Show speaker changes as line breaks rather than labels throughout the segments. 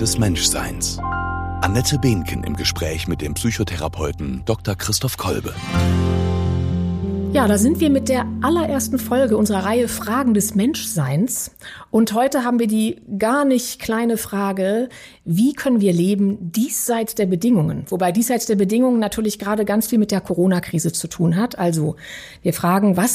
des Menschseins. Annette Behnken im Gespräch mit dem Psychotherapeuten Dr. Christoph Kolbe.
Ja, da sind wir mit der allerersten Folge unserer Reihe Fragen des Menschseins. Und heute haben wir die gar nicht kleine Frage, wie können wir leben diesseits der Bedingungen? Wobei diesseits der Bedingungen natürlich gerade ganz viel mit der Corona-Krise zu tun hat. Also wir fragen, was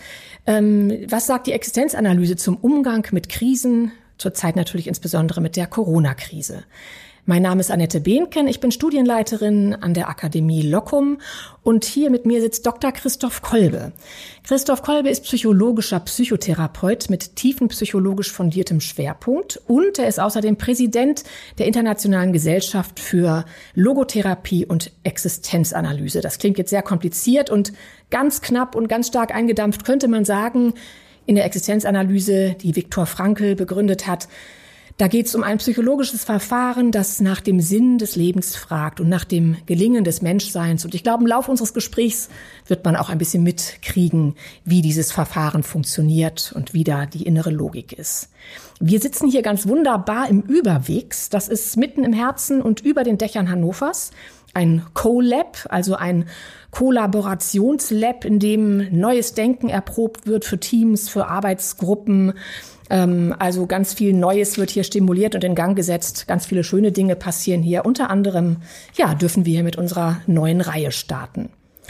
sagt die Existenzanalyse zum Umgang mit Krisen? Zurzeit natürlich insbesondere mit der Corona-Krise. Mein Name ist Annette Behnken, ich bin Studienleiterin an der Akademie Loccum und hier mit mir sitzt Dr. Christoph Kolbe. Christoph Kolbe ist psychologischer Psychotherapeut mit tiefenpsychologisch fundiertem Schwerpunkt und er ist außerdem Präsident der Internationalen Gesellschaft für Logotherapie und Existenzanalyse. Das klingt jetzt sehr kompliziert und ganz knapp und ganz stark eingedampft könnte man sagen, in der Existenzanalyse, die Viktor Frankl begründet hat, da geht es um ein psychologisches Verfahren, das nach dem Sinn des Lebens fragt und nach dem Gelingen des Menschseins. Und ich glaube, im Laufe unseres Gesprächs wird man auch ein bisschen mitkriegen, wie dieses Verfahren funktioniert und wie da die innere Logik ist. Wir sitzen hier ganz wunderbar im Überwegs. Das ist mitten im Herzen und über den Dächern Hannovers. Ein Co-Lab, also ein Kollaborationslab, in dem neues Denken erprobt wird für Teams, für Arbeitsgruppen. Also ganz viel Neues wird hier stimuliert und in Gang gesetzt. Ganz viele schöne Dinge passieren hier. Unter anderem, dürfen wir hier mit unserer neuen Reihe starten.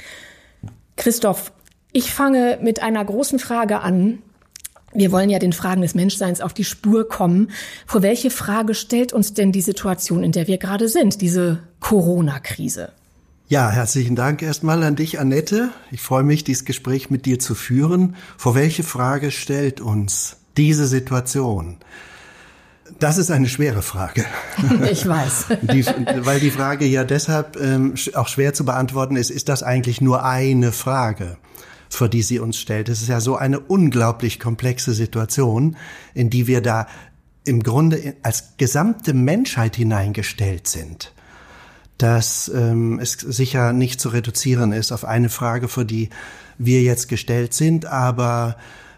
Christoph, ich fange mit einer großen Frage an. Wir wollen ja den Fragen des Menschseins auf die Spur kommen. Vor welche Frage stellt uns denn die Situation, in der wir gerade sind, diese Corona-Krise?
Ja, herzlichen Dank erstmal an dich, Annette. Ich freue mich, dieses Gespräch mit dir zu führen. Vor welche Frage stellt uns diese Situation? Das ist eine schwere Frage.
Ich weiß.
Weil die Frage ja deshalb auch schwer zu beantworten ist das eigentlich nur eine Frage, vor die sie uns stellt? Es ist ja so eine unglaublich komplexe Situation, in die wir da im Grunde als gesamte Menschheit hineingestellt sind, dass es sicher nicht zu reduzieren ist auf eine Frage, vor die wir jetzt gestellt sind, aber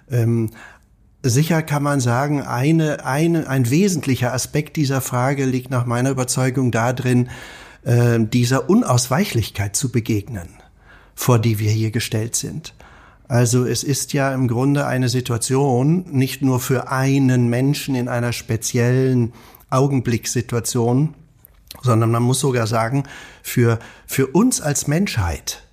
sicher kann man sagen, ein wesentlicher Aspekt dieser Frage liegt nach meiner Überzeugung darin, dieser Unausweichlichkeit zu begegnen, vor die wir hier gestellt sind. Also es ist ja im Grunde eine Situation, nicht nur für einen Menschen in einer speziellen Augenblickssituation, sondern man muss sogar sagen, für uns als Menschheit,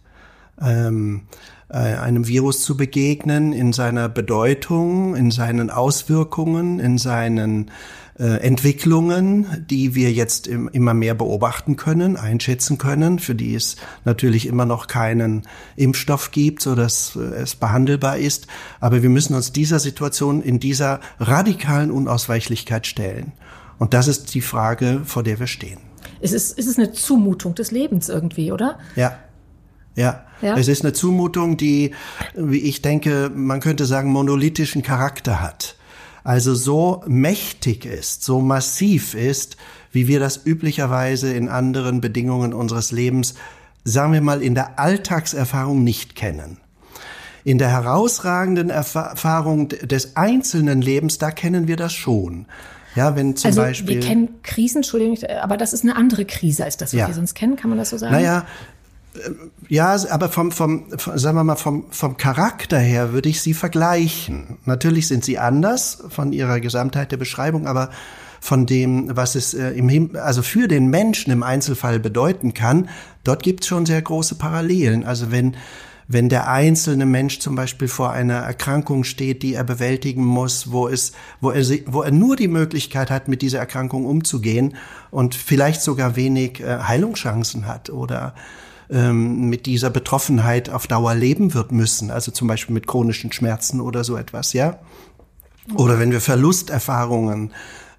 einem Virus zu begegnen in seiner Bedeutung, in seinen Auswirkungen, in seinen Entwicklungen, die wir jetzt immer mehr beobachten können, einschätzen können, für die es natürlich immer noch keinen Impfstoff gibt, sodass es behandelbar ist. Aber wir müssen uns dieser Situation in dieser radikalen Unausweichlichkeit stellen. Und das ist die Frage, vor der wir stehen.
Es ist eine Zumutung des Lebens irgendwie, oder?
Ja, es ist eine Zumutung, die, wie ich denke, man könnte sagen, monolithischen Charakter hat. Also so mächtig ist, so massiv ist, wie wir das üblicherweise in anderen Bedingungen unseres Lebens, sagen wir mal, in der Alltagserfahrung nicht kennen. In der herausragenden Erfahrung des einzelnen Lebens, da kennen wir das schon. Ja, wenn zum Beispiel.
Wir kennen Krisen, Entschuldigung, aber das ist eine andere Krise als das, was wir sonst kennen, kann man das so sagen?
Ja, aber vom Charakter her würde ich sie vergleichen. Natürlich sind sie anders von ihrer Gesamtheit der Beschreibung, aber von dem, was es also für den Menschen im Einzelfall bedeuten kann, dort gibt es schon sehr große Parallelen. Also wenn der einzelne Mensch zum Beispiel vor einer Erkrankung steht, die er bewältigen muss, wo er nur die Möglichkeit hat, mit dieser Erkrankung umzugehen und vielleicht sogar wenig Heilungschancen hat oder mit dieser Betroffenheit auf Dauer leben wird müssen, also zum Beispiel mit chronischen Schmerzen oder so etwas, ja? Oder wenn wir Verlusterfahrungen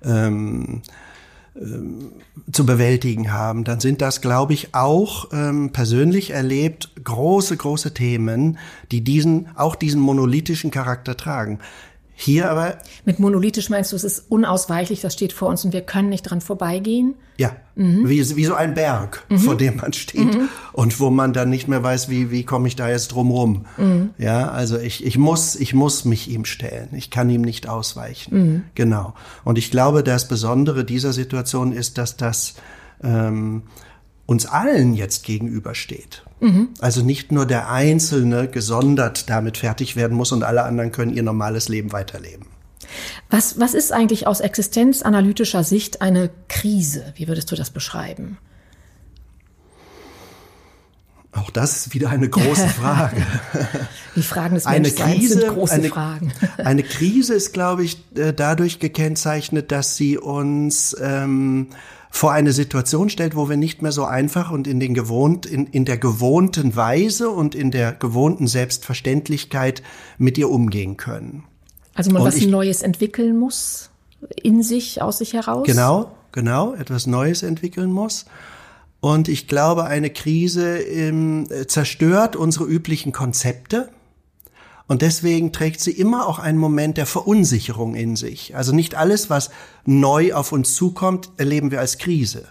zu bewältigen haben, dann sind das, glaube ich, auch persönlich erlebt große Themen, die diesen monolithischen Charakter tragen. Hier aber...
Mit monolithisch meinst du, es ist unausweichlich, das steht vor uns und wir können nicht dran vorbeigehen?
Ja, wie so ein Berg, vor dem man steht und wo man dann nicht mehr weiß, wie komme ich da jetzt drum rum. Ja, also ich muss mich ihm stellen. Ich kann ihm nicht ausweichen. Genau. Und ich glaube, das Besondere dieser Situation ist, dass das uns allen jetzt gegenübersteht. Also nicht nur der Einzelne gesondert damit fertig werden muss und alle anderen können ihr normales Leben weiterleben.
Was ist eigentlich aus existenzanalytischer Sicht eine Krise? Wie würdest du das beschreiben?
Auch das ist wieder eine große Frage.
Die Fragen des Menschseins sind große Fragen.
Eine Krise ist, glaube ich, dadurch gekennzeichnet, dass sie uns vor eine Situation stellt, wo wir nicht mehr so einfach und in der gewohnten Weise und in der gewohnten Selbstverständlichkeit mit ihr umgehen können.
Also man was Neues entwickeln muss, in sich, aus sich heraus?
Genau, etwas Neues entwickeln muss. Und ich glaube, eine Krise zerstört unsere üblichen Konzepte. Und deswegen trägt sie immer auch einen Moment der Verunsicherung in sich. Also nicht alles, was neu auf uns zukommt, erleben wir als Krise.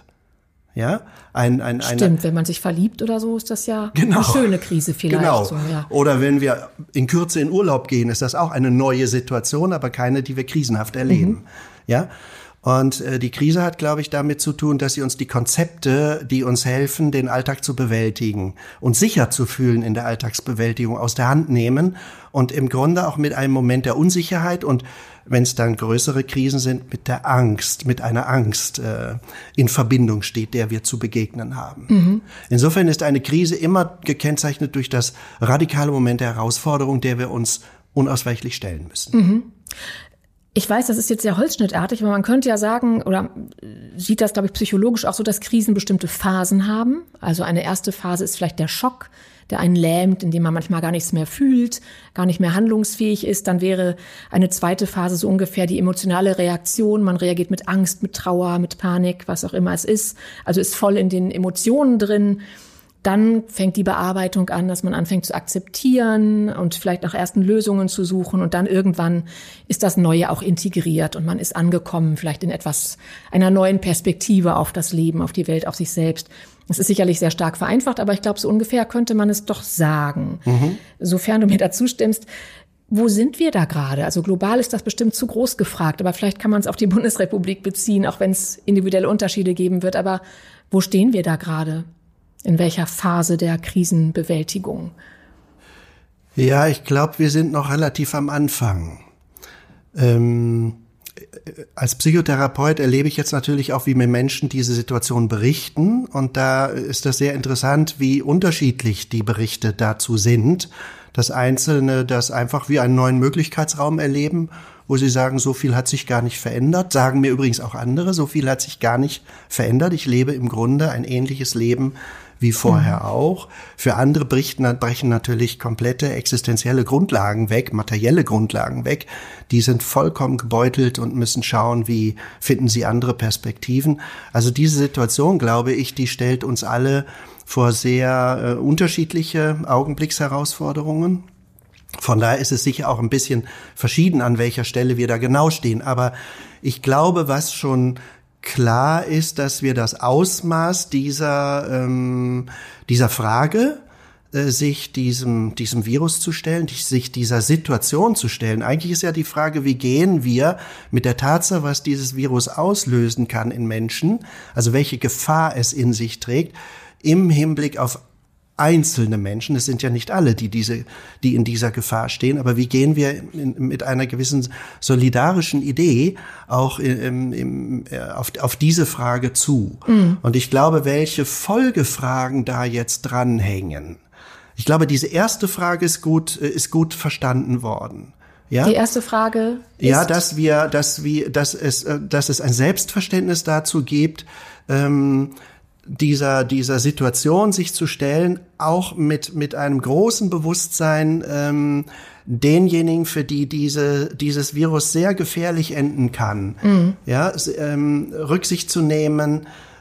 Ja?
Stimmt, wenn man sich verliebt oder so, ist das ja eine schöne Krise vielleicht.
Genau.
So, ja.
Oder wenn wir in Kürze in Urlaub gehen, ist das auch eine neue Situation, aber keine, die wir krisenhaft erleben. Ja? Und die Krise hat, glaube ich, damit zu tun, dass sie uns die Konzepte, die uns helfen, den Alltag zu bewältigen und sicher zu fühlen in der Alltagsbewältigung, aus der Hand nehmen und im Grunde auch mit einem Moment der Unsicherheit und wenn es dann größere Krisen sind, mit einer Angst in Verbindung steht, der wir zu begegnen haben. Insofern ist eine Krise immer gekennzeichnet durch das radikale Moment der Herausforderung, der wir uns unausweichlich stellen müssen.
Ich weiß, das ist jetzt sehr holzschnittartig, aber man könnte ja sagen, oder sieht das, glaube ich, psychologisch auch so, dass Krisen bestimmte Phasen haben. Also eine erste Phase ist vielleicht der Schock, der einen lähmt, in dem man manchmal gar nichts mehr fühlt, gar nicht mehr handlungsfähig ist. Dann wäre eine zweite Phase so ungefähr die emotionale Reaktion. Man reagiert mit Angst, mit Trauer, mit Panik, was auch immer es ist. Also ist voll in den Emotionen drin. Dann fängt die Bearbeitung an, dass man anfängt zu akzeptieren und vielleicht nach ersten Lösungen zu suchen. Und dann irgendwann ist das Neue auch integriert und man ist angekommen, vielleicht in einer neuen Perspektive auf das Leben, auf die Welt, auf sich selbst. Das ist sicherlich sehr stark vereinfacht, aber ich glaube, so ungefähr könnte man es doch sagen. Sofern du mir dazu stimmst. Wo sind wir da gerade? Also global ist das bestimmt zu groß gefragt, aber vielleicht kann man es auf die Bundesrepublik beziehen, auch wenn es individuelle Unterschiede geben wird. Aber wo stehen wir da gerade? In welcher Phase der Krisenbewältigung?
Ja, ich glaube, wir sind noch relativ am Anfang. Als Psychotherapeut erlebe ich jetzt natürlich auch, wie mir Menschen diese Situation berichten. Und da ist das sehr interessant, wie unterschiedlich die Berichte dazu sind. Dass Einzelne das einfach wie einen neuen Möglichkeitsraum erleben, wo sie sagen, so viel hat sich gar nicht verändert. Sagen mir übrigens auch andere, so viel hat sich gar nicht verändert. Ich lebe im Grunde ein ähnliches Leben wie vorher auch. Für andere brechen natürlich komplette existenzielle Grundlagen weg, materielle Grundlagen weg. Die sind vollkommen gebeutelt und müssen schauen, wie finden sie andere Perspektiven. Also diese Situation, glaube ich, die stellt uns alle vor sehr unterschiedliche Augenblicksherausforderungen. Von daher ist es sicher auch ein bisschen verschieden, an welcher Stelle wir da genau stehen. Aber ich glaube, was schon klar ist, dass wir das Ausmaß dieser Frage, sich diesem Virus zu stellen, sich dieser Situation zu stellen. Eigentlich ist ja die Frage, wie gehen wir mit der Tatsache, was dieses Virus auslösen kann in Menschen, also welche Gefahr es in sich trägt, im Hinblick auf einzelne Menschen, es sind ja nicht alle, die in dieser Gefahr stehen, aber wie gehen wir mit einer gewissen solidarischen Idee auch auf diese Frage zu? Und ich glaube, welche Folgefragen da jetzt dranhängen. Ich glaube, diese erste Frage ist gut verstanden worden. Ja?
Die erste Frage ist?
Ja, dass es ein Selbstverständnis dazu gibt, dieser Situation sich zu stellen, auch mit einem großen Bewusstsein denjenigen, für die dieses Virus sehr gefährlich enden kann, ja, Rücksicht zu nehmen,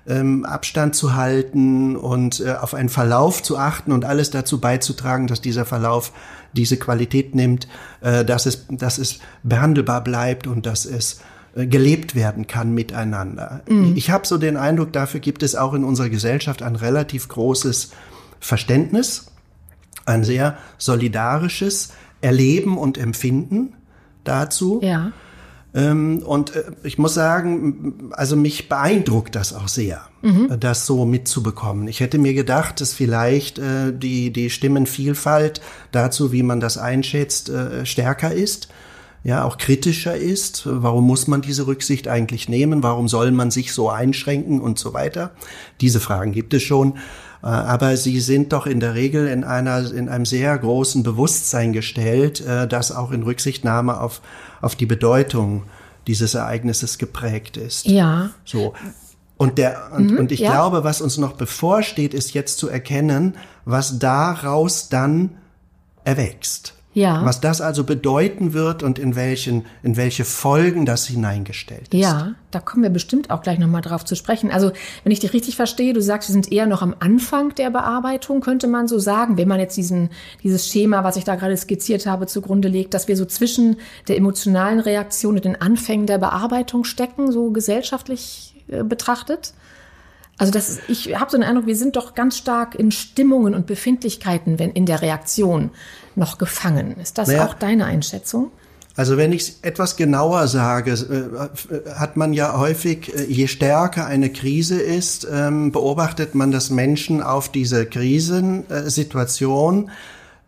Abstand zu halten und auf einen Verlauf zu achten und alles dazu beizutragen, dass dieser Verlauf diese Qualität nimmt, dass es behandelbar bleibt und dass es gelebt werden kann miteinander. Ich habe so den Eindruck, dafür gibt es auch in unserer Gesellschaft ein relativ großes Verständnis, ein sehr solidarisches Erleben und Empfinden dazu.
Ja.
Und ich muss sagen, also mich beeindruckt das auch sehr, das so mitzubekommen. Ich hätte mir gedacht, dass vielleicht die Stimmenvielfalt dazu, wie man das einschätzt, stärker ist, ja, auch kritischer ist. Warum muss man diese Rücksicht eigentlich nehmen? Warum soll man sich so einschränken und so weiter? Diese Fragen gibt es schon. Aber sie sind doch in der Regel in einem sehr großen Bewusstsein gestellt, das auch in Rücksichtnahme auf die Bedeutung dieses Ereignisses geprägt ist.
Ja.
So. Und ich glaube, was uns noch bevorsteht, ist jetzt zu erkennen, was daraus dann erwächst.
Ja.
Was das also bedeuten wird und in welche Folgen das hineingestellt ist.
Ja, da kommen wir bestimmt auch gleich nochmal drauf zu sprechen. Also, wenn ich dich richtig verstehe, du sagst, wir sind eher noch am Anfang der Bearbeitung, könnte man so sagen, wenn man jetzt dieses Schema, was ich da gerade skizziert habe, zugrunde legt, dass wir so zwischen der emotionalen Reaktion und den Anfängen der Bearbeitung stecken, so gesellschaftlich betrachtet. Also ich habe so den Eindruck, wir sind doch ganz stark in Stimmungen und Befindlichkeiten, wenn in der Reaktion noch gefangen. Ist das auch deine Einschätzung?
Also wenn ich es etwas genauer sage, hat man ja häufig, je stärker eine Krise ist, beobachtet man, dass Menschen auf diese Krisensituation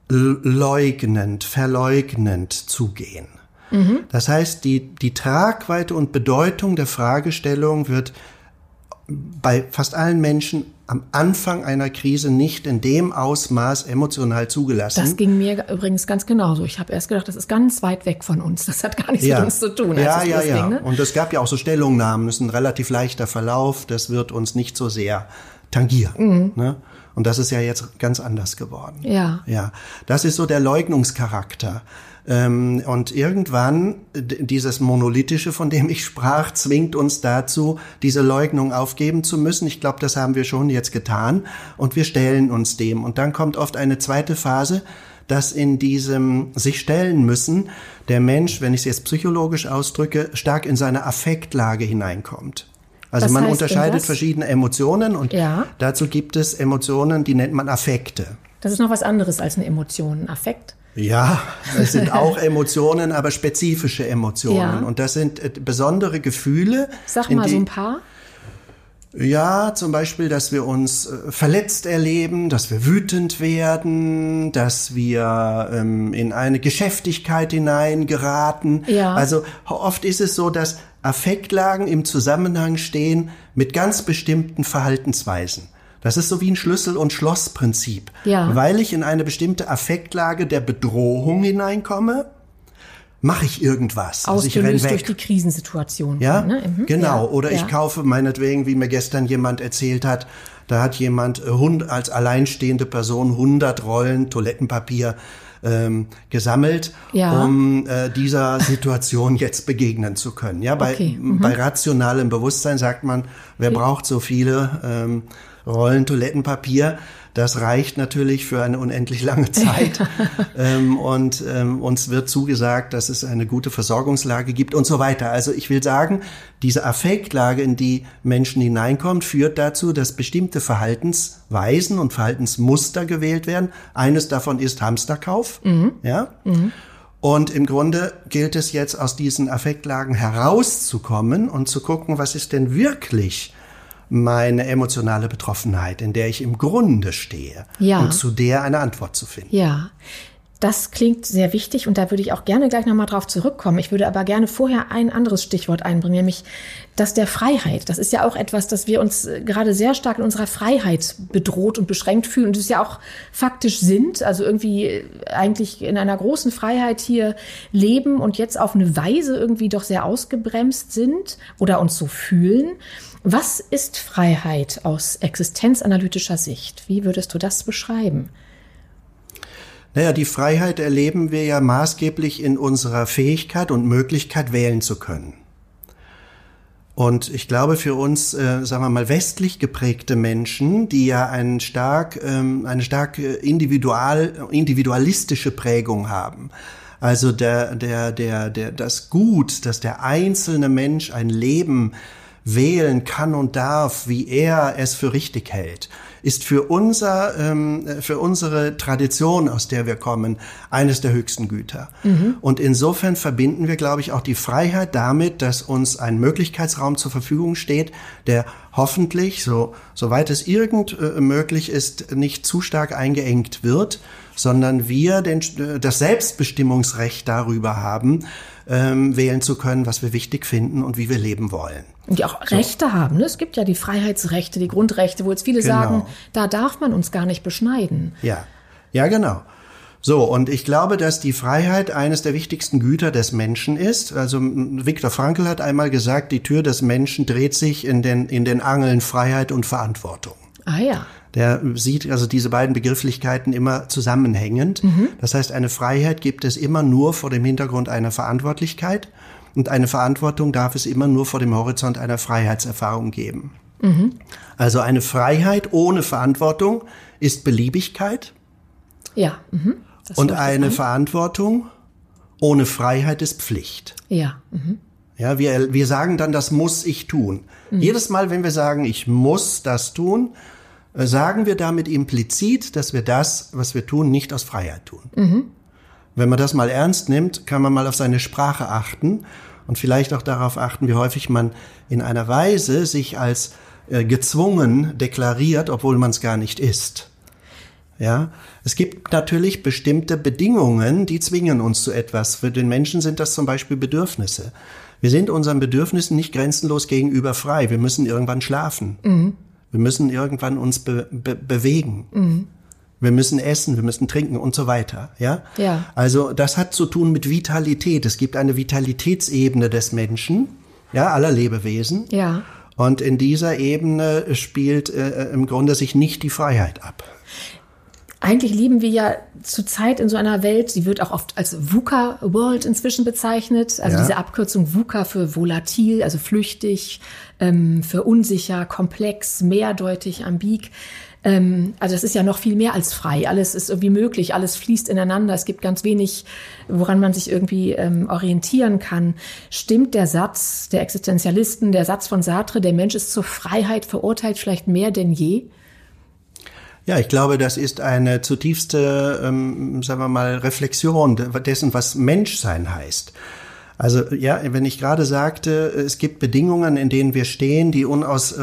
verleugnend zugehen. Das heißt, die Tragweite und Bedeutung der Fragestellung wird bei fast allen Menschen am Anfang einer Krise nicht in dem Ausmaß emotional zugelassen.
Das ging mir übrigens ganz genauso. Ich habe erst gedacht, das ist ganz weit weg von uns. Das hat gar nichts mit uns zu tun.
Ja. Ne? Und es gab ja auch so Stellungnahmen. Das ist ein relativ leichter Verlauf. Das wird uns nicht so sehr tangieren. Ne? Und das ist ja jetzt ganz anders geworden. Ja. Das ist so der Leugnungscharakter. Und irgendwann, dieses Monolithische, von dem ich sprach, zwingt uns dazu, diese Leugnung aufgeben zu müssen. Ich glaube, das haben wir schon jetzt getan und wir stellen uns dem. Und dann kommt oft eine zweite Phase, dass in diesem sich stellen müssen, der Mensch, wenn ich es jetzt psychologisch ausdrücke, stark in seine Affektlage hineinkommt. Also man unterscheidet verschiedene Emotionen und dazu gibt es Emotionen, die nennt man Affekte.
Das ist noch was anderes als eine Emotion, ein Affekt.
Ja, es sind auch Emotionen, aber spezifische Emotionen. Ja. Und das sind besondere Gefühle.
Sag mal so ein paar.
Ja, zum Beispiel, dass wir uns verletzt erleben, dass wir wütend werden, dass wir in eine Geschäftigkeit hineingeraten. Ja. Also oft ist es so, dass Affektlagen im Zusammenhang stehen mit ganz bestimmten Verhaltensweisen. Das ist so wie ein Schlüssel- und Schlossprinzip. Ja. Weil ich in eine bestimmte Affektlage der Bedrohung hineinkomme, mache ich irgendwas.
Also ich renn weg. Durch die Krisensituation.
Ja, ne? Genau. Oder ich kaufe meinetwegen, wie mir gestern jemand erzählt hat, da hat jemand als alleinstehende Person 100 Rollen Toilettenpapier gesammelt, um dieser Situation jetzt begegnen zu können. Ja, bei rationalem Bewusstsein sagt man, wer braucht so viele Rollen Toilettenpapier? Das reicht natürlich für eine unendlich lange Zeit. Und uns wird zugesagt, dass es eine gute Versorgungslage gibt und so weiter. Also ich will sagen, diese Affektlage, in die Menschen hineinkommt, führt dazu, dass bestimmte Verhaltensweisen und Verhaltensmuster gewählt werden. Eines davon ist Hamsterkauf. Ja. Und im Grunde gilt es jetzt, aus diesen Affektlagen herauszukommen und zu gucken, was ist denn wirklich meine emotionale Betroffenheit, in der ich im Grunde stehe, und zu der eine Antwort zu finden.
Ja, das klingt sehr wichtig und da würde ich auch gerne gleich nochmal drauf zurückkommen. Ich würde aber gerne vorher ein anderes Stichwort einbringen, nämlich das der Freiheit. Das ist ja auch etwas, dass wir uns gerade sehr stark in unserer Freiheit bedroht und beschränkt fühlen und es ja auch faktisch sind, also irgendwie eigentlich in einer großen Freiheit hier leben und jetzt auf eine Weise irgendwie doch sehr ausgebremst sind oder uns so fühlen. Was ist Freiheit aus existenzanalytischer Sicht? Wie würdest du das beschreiben?
Naja, die Freiheit erleben wir ja maßgeblich in unserer Fähigkeit und Möglichkeit, wählen zu können. Und ich glaube, für uns, sagen wir mal, westlich geprägte Menschen, die ja eine stark individualistische Prägung haben, also das Gut, dass der einzelne Mensch ein Leben wählen kann und darf, wie er es für richtig hält, ist für unsere Tradition, aus der wir kommen, eines der höchsten Güter. Und insofern verbinden wir, glaube ich, auch die Freiheit damit, dass uns ein Möglichkeitsraum zur Verfügung steht, der hoffentlich, soweit es irgend möglich ist, nicht zu stark eingeengt wird, sondern wir das Selbstbestimmungsrecht darüber haben, wählen zu können, was wir wichtig finden und wie wir leben wollen.
Und die auch Rechte haben. Ne? Es gibt ja die Freiheitsrechte, die Grundrechte, wo jetzt viele sagen, da darf man uns gar nicht beschneiden.
Ja, genau. So, und ich glaube, dass die Freiheit eines der wichtigsten Güter des Menschen ist. Also Viktor Frankl hat einmal gesagt, die Tür des Menschen dreht sich in den Angeln Freiheit und Verantwortung.
Ah ja.
Der sieht also diese beiden Begrifflichkeiten immer zusammenhängend. Das heißt, eine Freiheit gibt es immer nur vor dem Hintergrund einer Verantwortlichkeit und eine Verantwortung darf es immer nur vor dem Horizont einer Freiheitserfahrung geben. Also eine Freiheit ohne Verantwortung ist Beliebigkeit. Ja. Und eine Verantwortung ohne Freiheit ist Pflicht.
Ja.
Ja, wir sagen dann, das muss ich tun. Jedes Mal, wenn wir sagen, ich muss das tun, sagen wir damit implizit, dass wir das, was wir tun, nicht aus Freiheit tun. Wenn man das mal ernst nimmt, kann man mal auf seine Sprache achten und vielleicht auch darauf achten, wie häufig man in einer Weise sich als gezwungen deklariert, obwohl man es gar nicht ist. Ja, es gibt natürlich bestimmte Bedingungen, die zwingen uns zu etwas. Für den Menschen sind das zum Beispiel Bedürfnisse. Wir sind unseren Bedürfnissen nicht grenzenlos gegenüber frei. Wir müssen irgendwann schlafen. Wir müssen irgendwann uns bewegen. Wir müssen essen, wir müssen trinken und so weiter. Ja? Also das hat zu tun mit Vitalität. Es gibt eine Vitalitätsebene des Menschen, aller Lebewesen. Ja. Und in dieser Ebene spielt im Grunde sich nicht die Freiheit ab.
Eigentlich leben wir ja zurzeit in so einer Welt, die wird auch oft als VUCA-World inzwischen bezeichnet. Also diese Abkürzung VUCA für volatil, also flüchtig, für unsicher, komplex, mehrdeutig, ambig. Also das ist ja noch viel mehr als frei. Alles ist irgendwie möglich, alles fließt ineinander. Es gibt ganz wenig, woran man sich irgendwie orientieren kann. Stimmt der Satz der Existenzialisten, der Satz von Sartre, der Mensch ist zur Freiheit verurteilt, vielleicht mehr denn je?
Ja, ich glaube, das ist eine zutiefste, sagen wir mal, Reflexion dessen, was Menschsein heißt. Also wenn ich gerade sagte, es gibt Bedingungen, in denen wir stehen, die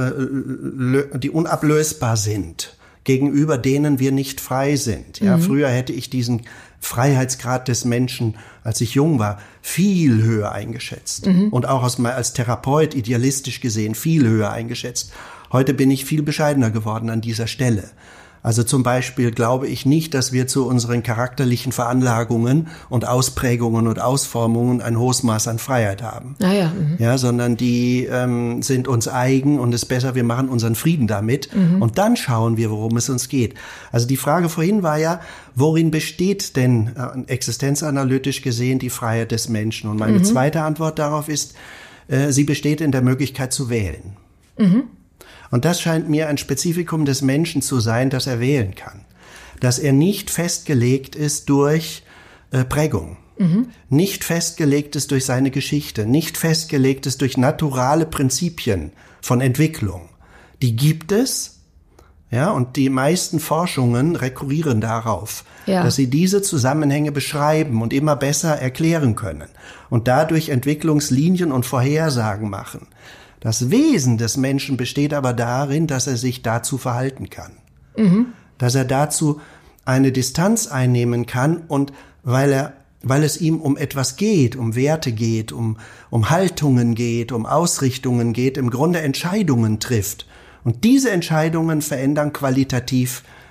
unablösbar sind, gegenüber denen wir nicht frei sind. Ja, früher hätte ich diesen Freiheitsgrad des Menschen, als ich jung war, viel höher eingeschätzt und auch als Therapeut idealistisch gesehen viel höher eingeschätzt. Heute bin ich viel bescheidener geworden an dieser Stelle. Also zum Beispiel glaube ich nicht, dass wir zu unseren charakterlichen Veranlagungen und Ausprägungen und Ausformungen ein hohes Maß an Freiheit haben. Sondern die sind uns eigen und es ist besser, wir machen unseren Frieden damit und dann schauen wir, worum es uns geht. Also die Frage vorhin war ja, worin besteht denn existenzanalytisch gesehen die Freiheit des Menschen? Und meine zweite Antwort darauf ist, sie besteht in der Möglichkeit zu wählen. Und das scheint mir ein Spezifikum des Menschen zu sein, das er wählen kann. Dass er nicht festgelegt ist durch Prägung, nicht festgelegt ist durch seine Geschichte, nicht festgelegt ist durch naturale Prinzipien von Entwicklung. Die gibt es, und die meisten Forschungen rekurrieren darauf, dass sie diese Zusammenhänge beschreiben und immer besser erklären können und dadurch Entwicklungslinien und Vorhersagen machen. Das Wesen des Menschen besteht aber darin, dass er sich dazu verhalten kann. Dass er dazu eine Distanz einnehmen kann und weil es ihm um etwas geht, um Werte geht, um Haltungen geht, um Ausrichtungen geht, im Grunde Entscheidungen trifft. Und diese Entscheidungen verändern qualitativ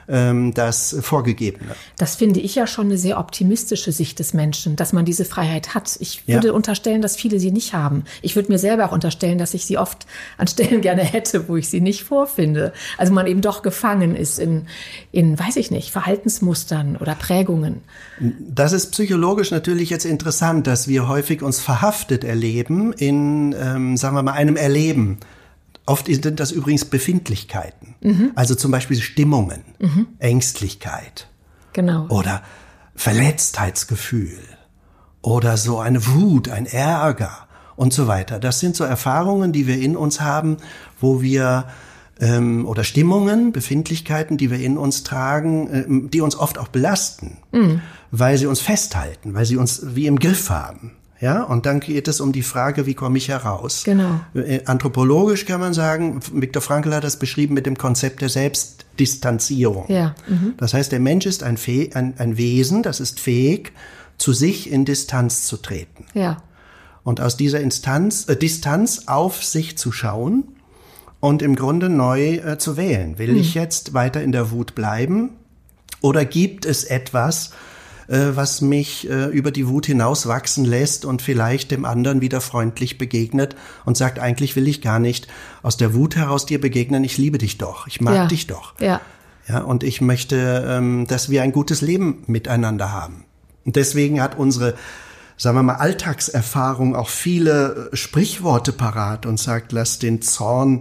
das Vorgegebene.
Das finde ich ja schon eine sehr optimistische Sicht des Menschen, dass man diese Freiheit hat. Ich würde unterstellen, dass viele sie nicht haben. Ich würde mir selber auch unterstellen, dass ich sie oft an Stellen gerne hätte, wo ich sie nicht vorfinde. Also man eben doch gefangen ist in weiß ich nicht, Verhaltensmustern oder Prägungen.
Das ist psychologisch natürlich jetzt interessant, dass wir häufig uns verhaftet erleben in, sagen wir mal, einem Erleben. Oft sind das übrigens Befindlichkeiten, also zum Beispiel Stimmungen, Ängstlichkeit,
genau,
oder Verletztheitsgefühl oder so eine Wut, ein Ärger und so weiter. Das sind so Erfahrungen, die wir in uns haben, wo wir oder Stimmungen, Befindlichkeiten, die wir in uns tragen, die uns oft auch belasten, weil sie uns festhalten, weil sie uns wie im Griff haben. Ja, und dann geht es um die Frage, wie komme ich heraus?
Genau.
Anthropologisch kann man sagen, Viktor Frankl hat das beschrieben mit dem Konzept der Selbstdistanzierung.
Ja.
Das heißt, der Mensch ist ein Wesen, das ist fähig, zu sich in Distanz zu treten.
Ja.
Und aus dieser Distanz auf sich zu schauen und im Grunde neu zu wählen. Will ich jetzt weiter in der Wut bleiben oder gibt es etwas, was mich über die Wut hinaus wachsen lässt und vielleicht dem anderen wieder freundlich begegnet und sagt, eigentlich will ich gar nicht aus der Wut heraus dir begegnen, ich liebe dich doch, ich mag dich doch.
Ja.
Ja, und ich möchte, dass wir ein gutes Leben miteinander haben. Und deswegen hat unsere, sagen wir mal, Alltagserfahrung auch viele Sprichworte parat und sagt, lass den Zorn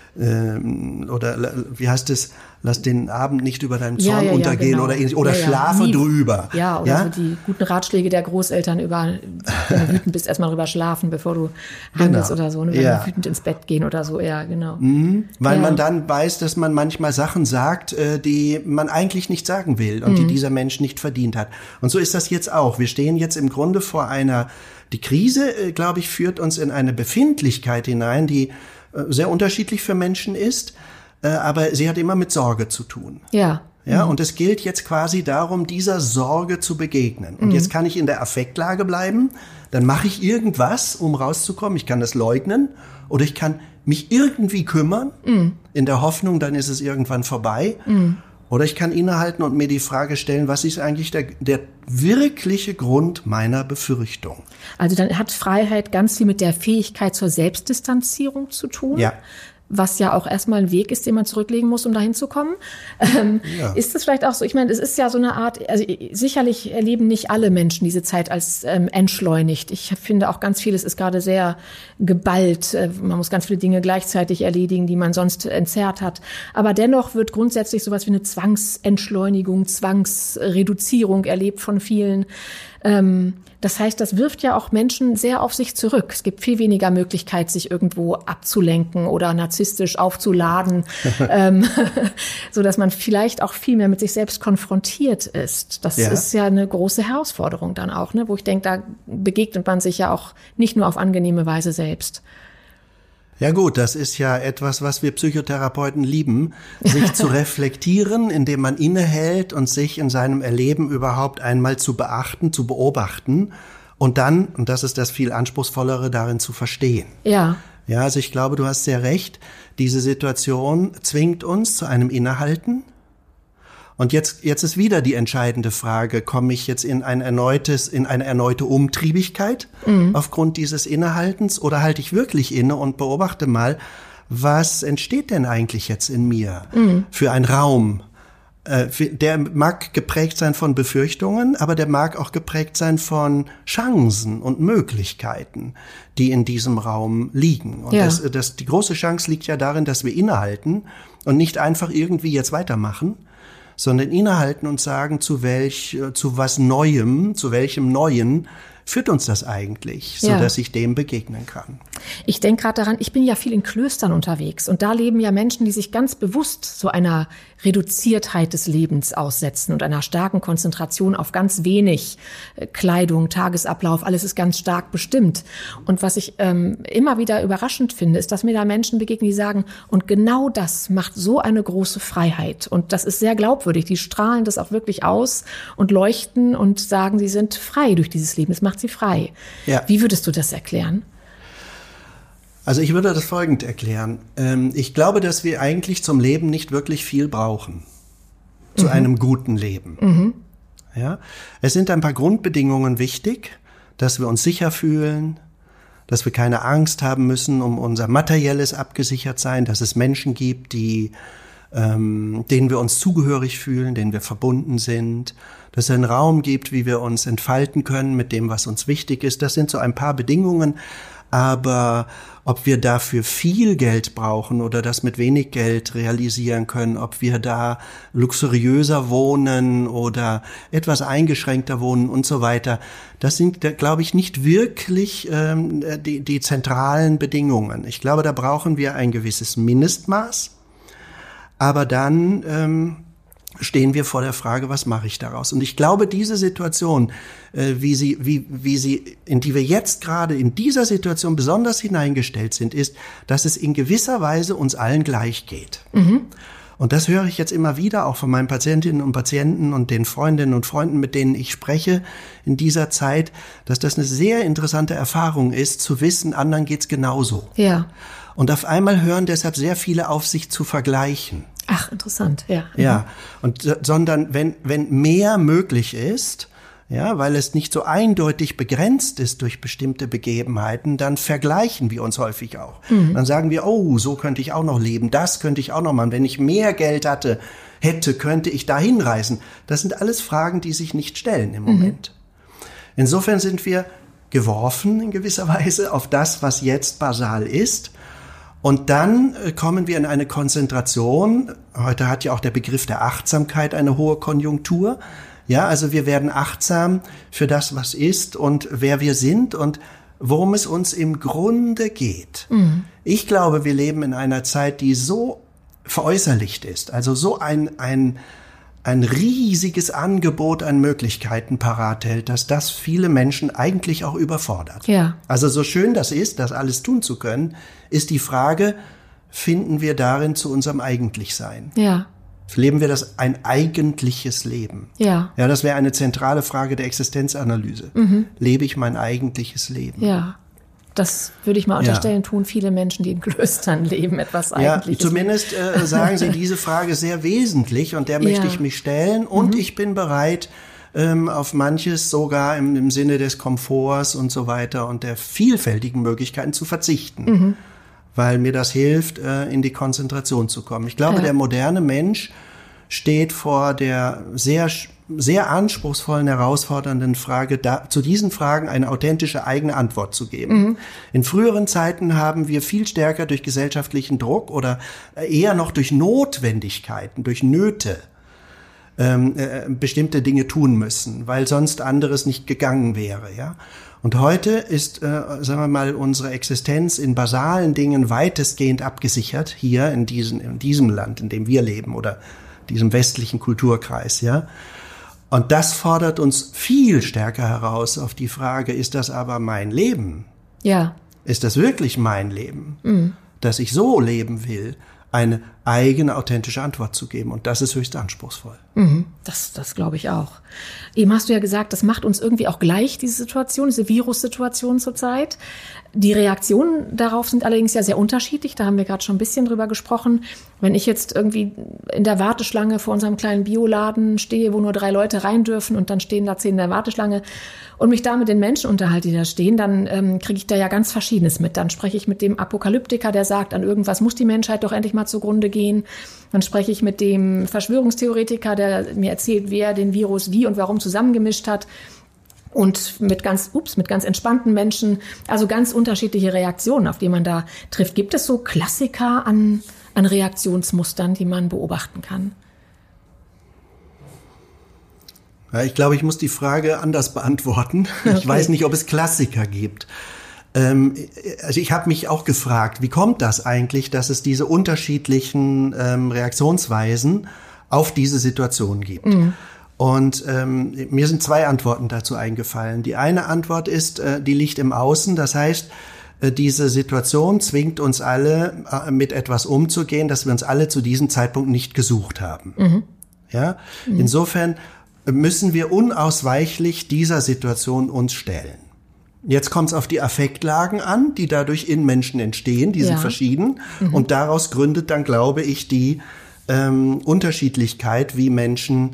oder wie heißt es, lass den Abend nicht über deinem Zorn untergehen,
genau.
oder schlafe drüber.
Ja, oder so die guten Ratschläge der Großeltern wenn du wütend bist, erstmal drüber schlafen, bevor du handelst oder so. Ne? Wenn du wütend ins Bett gehen oder so, genau.
Weil man dann weiß, dass man manchmal Sachen sagt, die man eigentlich nicht sagen will und die dieser Mensch nicht verdient hat. Und so ist das jetzt auch. Wir stehen jetzt im Grunde vor die Krise, glaube ich, führt uns in eine Befindlichkeit hinein, die sehr unterschiedlich für Menschen ist, aber sie hat immer mit Sorge zu tun.
Ja.
Ja, und es gilt jetzt quasi darum, dieser Sorge zu begegnen. Und jetzt kann ich in der Affektlage bleiben, dann mache ich irgendwas, um rauszukommen. Ich kann das leugnen oder ich kann mich irgendwie kümmern, in der Hoffnung, dann ist es irgendwann vorbei. Oder ich kann innehalten und mir die Frage stellen, was ist eigentlich der wirkliche Grund meiner Befürchtung?
Also dann hat Freiheit ganz viel mit der Fähigkeit zur Selbstdistanzierung zu tun.
Ja.
Was ja auch erstmal ein Weg ist, den man zurücklegen muss, um dahin zu kommen. Ist das vielleicht auch so? Ich meine, es ist ja so eine Art, also sicherlich erleben nicht alle Menschen diese Zeit als entschleunigt. Ich finde auch ganz vieles ist gerade sehr geballt. Man muss ganz viele Dinge gleichzeitig erledigen, die man sonst entzerrt hat. Aber dennoch wird grundsätzlich sowas wie eine Zwangsentschleunigung, Zwangsreduzierung erlebt von vielen. Das heißt, das wirft ja auch Menschen sehr auf sich zurück. Es gibt viel weniger Möglichkeit, sich irgendwo abzulenken oder narzisstisch aufzuladen, so dass man vielleicht auch viel mehr mit sich selbst konfrontiert ist. Das ist ja eine große Herausforderung dann auch, ne? Wo ich denke, da begegnet man sich ja auch nicht nur auf angenehme Weise selbst.
Ja gut, das ist ja etwas, was wir Psychotherapeuten lieben, sich zu reflektieren, indem man innehält und sich in seinem Erleben überhaupt einmal zu beachten, zu beobachten und dann, und das ist das viel Anspruchsvollere, darin zu verstehen.
Ja.
Ja, also ich glaube, du hast sehr recht, diese Situation zwingt uns zu einem Innehalten. Und jetzt ist wieder die entscheidende Frage, komme ich jetzt in eine erneute Umtriebigkeit aufgrund dieses Innehaltens oder halte ich wirklich inne und beobachte mal, was entsteht denn eigentlich jetzt in mir für ein Raum? Der mag geprägt sein von Befürchtungen, aber der mag auch geprägt sein von Chancen und Möglichkeiten, die in diesem Raum liegen. Und die große Chance liegt ja darin, dass wir innehalten und nicht einfach irgendwie jetzt weitermachen, sondern innehalten und sagen, zu welchem Neuen führt uns das eigentlich, sodass ich dem begegnen kann.
Ich denke gerade daran, ich bin ja viel in Klöstern unterwegs und da leben ja Menschen, die sich ganz bewusst so einer Reduziertheit des Lebens aussetzen und einer starken Konzentration auf ganz wenig Kleidung, Tagesablauf, alles ist ganz stark bestimmt. Und was ich immer wieder überraschend finde, ist, dass mir da Menschen begegnen, die sagen, und genau das macht so eine große Freiheit. Und das ist sehr glaubwürdig. Die strahlen das auch wirklich aus und leuchten und sagen, sie sind frei durch dieses Leben. Es macht sie frei. Ja. Wie würdest du das erklären?
Also ich würde das folgend erklären. Ich glaube, dass wir eigentlich zum Leben nicht wirklich viel brauchen. zu einem guten Leben. Ja? Es sind ein paar Grundbedingungen wichtig, dass wir uns sicher fühlen, dass wir keine Angst haben müssen um unser materielles Abgesichertsein, dass es Menschen gibt, denen wir uns zugehörig fühlen, denen wir verbunden sind, dass es einen Raum gibt, wie wir uns entfalten können mit dem, was uns wichtig ist. Das sind so ein paar Bedingungen, aber ob wir dafür viel Geld brauchen oder das mit wenig Geld realisieren können, ob wir da luxuriöser wohnen oder etwas eingeschränkter wohnen und so weiter, das sind, glaube ich, nicht wirklich die zentralen Bedingungen. Ich glaube, da brauchen wir ein gewisses Mindestmaß, aber dann stehen wir vor der Frage, was mache ich daraus? Und ich glaube, diese Situation, in die wir jetzt gerade in dieser Situation besonders hineingestellt sind, ist, dass es in gewisser Weise uns allen gleich geht. Und das höre ich jetzt immer wieder, auch von meinen Patientinnen und Patienten und den Freundinnen und Freunden, mit denen ich spreche in dieser Zeit, dass das eine sehr interessante Erfahrung ist, zu wissen, anderen geht's genauso.
Ja.
Und auf einmal hören deshalb sehr viele auf, sich zu vergleichen.
Ach, interessant, ja.
Ja, und sondern wenn mehr möglich ist, ja, weil es nicht so eindeutig begrenzt ist durch bestimmte Begebenheiten, dann vergleichen wir uns häufig auch. Dann sagen wir, oh, so könnte ich auch noch leben, das könnte ich auch noch machen. Wenn ich mehr Geld hätte, könnte ich da hinreisen. Das sind alles Fragen, die sich nicht stellen im Moment. Insofern sind wir geworfen in gewisser Weise auf das, was jetzt basal ist. Und dann kommen wir in eine Konzentration. Heute hat ja auch der Begriff der Achtsamkeit eine hohe Konjunktur. Ja, also wir werden achtsam für das, was ist und wer wir sind und worum es uns im Grunde geht. Ich glaube, wir leben in einer Zeit, die so veräußerlicht ist, also so ein riesiges Angebot an Möglichkeiten parat hält, dass das viele Menschen eigentlich auch überfordert.
Ja.
Also so schön das ist, das alles tun zu können, ist die Frage, finden wir darin zu unserem Eigentlichsein?
Ja.
Leben wir ein eigentliches Leben?
Ja.
Ja, das wäre eine zentrale Frage der Existenzanalyse. Lebe ich mein eigentliches Leben?
Ja. Das würde ich mal unterstellen, tun viele Menschen, die in Klöstern leben, etwas Eigentliches.
Ja, zumindest sagen Sie diese Frage sehr wesentlich und der möchte ich mich stellen und ich bin bereit, auf manches sogar im Sinne des Komforts und so weiter und der vielfältigen Möglichkeiten zu verzichten, weil mir das hilft, in die Konzentration zu kommen. Ich glaube, der moderne Mensch steht vor der sehr, sehr anspruchsvollen, herausfordernden Frage, zu diesen Fragen eine authentische eigene Antwort zu geben. In früheren Zeiten haben wir viel stärker durch gesellschaftlichen Druck oder eher noch durch Notwendigkeiten, durch Nöte bestimmte Dinge tun müssen, weil sonst anderes nicht gegangen wäre, ja. Und heute ist, sagen wir mal, unsere Existenz in basalen Dingen weitestgehend abgesichert, hier in diesem Land, in dem wir leben oder diesem westlichen Kulturkreis, ja. Und das fordert uns viel stärker heraus auf die Frage, ist das aber mein Leben?
Ja.
Ist das wirklich mein Leben? Dass ich so leben will, eine eigene, authentische Antwort zu geben. Und das ist höchst anspruchsvoll.
Das glaube ich auch. Eben hast du ja gesagt, das macht uns irgendwie auch gleich, diese Situation, diese Virussituation zurzeit. Die Reaktionen darauf sind allerdings ja sehr unterschiedlich. Da haben wir gerade schon ein bisschen drüber gesprochen. Wenn ich jetzt irgendwie in der Warteschlange vor unserem kleinen Bioladen stehe, wo nur 3 Leute rein dürfen und dann stehen da 10 in der Warteschlange und mich da mit den Menschen unterhalte, die da stehen, dann kriege ich da ja ganz Verschiedenes mit. Dann spreche ich mit dem Apokalyptiker, der sagt, an irgendwas muss die Menschheit doch endlich mal zugrunde gehen. Dann spreche ich mit dem Verschwörungstheoretiker, der mir erzählt, wer den Virus wie und warum zusammengemischt hat. Und mit ganz entspannten Menschen, also ganz unterschiedliche Reaktionen, auf die man da trifft. Gibt es so Klassiker an Reaktionsmustern, die man beobachten kann?
Ja, ich glaube, ich muss die Frage anders beantworten. Okay. Ich weiß nicht, ob es Klassiker gibt. Also ich habe mich auch gefragt, wie kommt das eigentlich, dass es diese unterschiedlichen Reaktionsweisen auf diese Situation gibt? Und mir sind 2 Antworten dazu eingefallen. Die eine Antwort ist, die liegt im Außen. Das heißt, diese Situation zwingt uns alle, mit etwas umzugehen, das wir uns alle zu diesem Zeitpunkt nicht gesucht haben. Ja? Insofern müssen wir unausweichlich dieser Situation uns stellen. Jetzt kommt es auf die Affektlagen an, die dadurch in Menschen entstehen. Die sind verschieden. Und daraus gründet dann, glaube ich, die Unterschiedlichkeit, wie Menschen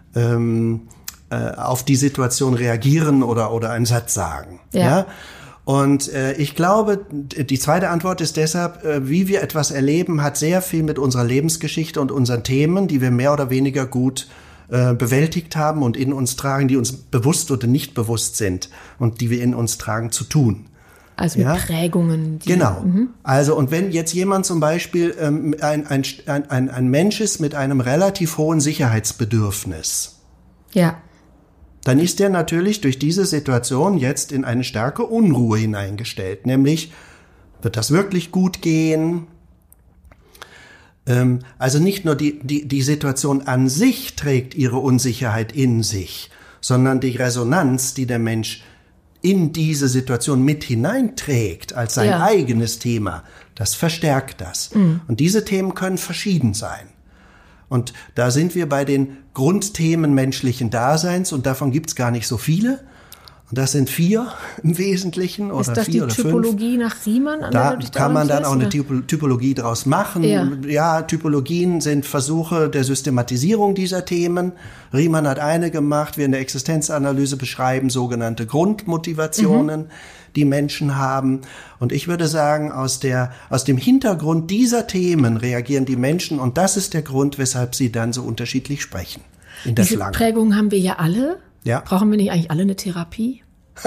auf die Situation reagieren oder einen Satz sagen. Ja? Und ich glaube, die zweite Antwort ist deshalb, wie wir etwas erleben, hat sehr viel mit unserer Lebensgeschichte und unseren Themen, die wir mehr oder weniger gut bewältigt haben und in uns tragen, die uns bewusst oder nicht bewusst sind und die wir in uns tragen, zu tun.
Also mit Prägungen.
Genau. Also und wenn jetzt jemand zum Beispiel ein Mensch ist mit einem relativ hohen Sicherheitsbedürfnis, dann ist er natürlich durch diese Situation jetzt in eine starke Unruhe hineingestellt. Nämlich, wird das wirklich gut gehen? Also nicht nur die Situation an sich trägt ihre Unsicherheit in sich, sondern die Resonanz, die der Mensch in diese Situation mit hineinträgt als sein eigenes Thema, das verstärkt das. Und diese Themen können verschieden sein. Und da sind wir bei den Grundthemen menschlichen Daseins und davon gibt's gar nicht so viele. Und das sind 4 im Wesentlichen oder 4 oder 5. Ist das die Typologie nach Riemann? Da kann man dann auch eine Typologie draus machen. Ja, Typologien sind Versuche der Systematisierung dieser Themen. Riemann hat eine gemacht, wir in der Existenzanalyse beschreiben sogenannte Grundmotivationen, die Menschen haben. Und ich würde sagen, aus dem Hintergrund dieser Themen reagieren die Menschen und das ist der Grund, weshalb sie dann so unterschiedlich sprechen. In der Schlange.
Diese Prägungen haben wir ja alle. Ja. Brauchen wir nicht eigentlich alle eine Therapie?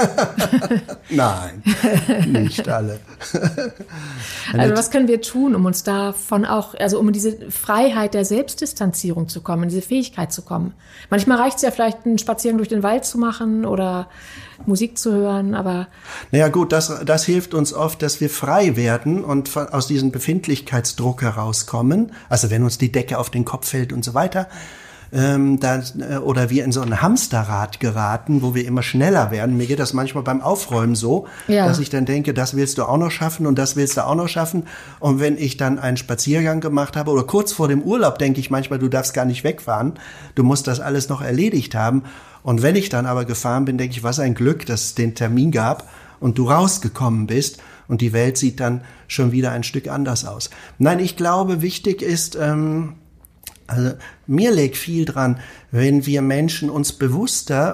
Nein, nicht alle.
Also was können wir tun, um uns davon auch, also um in diese Freiheit der Selbstdistanzierung zu kommen, in diese Fähigkeit zu kommen? Manchmal reicht es ja vielleicht, einen Spaziergang durch den Wald zu machen oder Musik zu hören, aber...
Naja gut, das hilft uns oft, dass wir frei werden und aus diesem Befindlichkeitsdruck herauskommen. Also wenn uns die Decke auf den Kopf fällt und so weiter. Oder wir in so ein Hamsterrad geraten, wo wir immer schneller werden. Mir geht das manchmal beim Aufräumen so, dass ich dann denke, das willst du auch noch schaffen und das willst du auch noch schaffen. Und wenn ich dann einen Spaziergang gemacht habe oder kurz vor dem Urlaub, denke ich manchmal, du darfst gar nicht wegfahren, du musst das alles noch erledigt haben. Und wenn ich dann aber gefahren bin, denke ich, was ein Glück, dass es den Termin gab und du rausgekommen bist und die Welt sieht dann schon wieder ein Stück anders aus. Nein, ich glaube, wichtig ist... Also mir liegt viel dran, wenn wir Menschen uns bewusster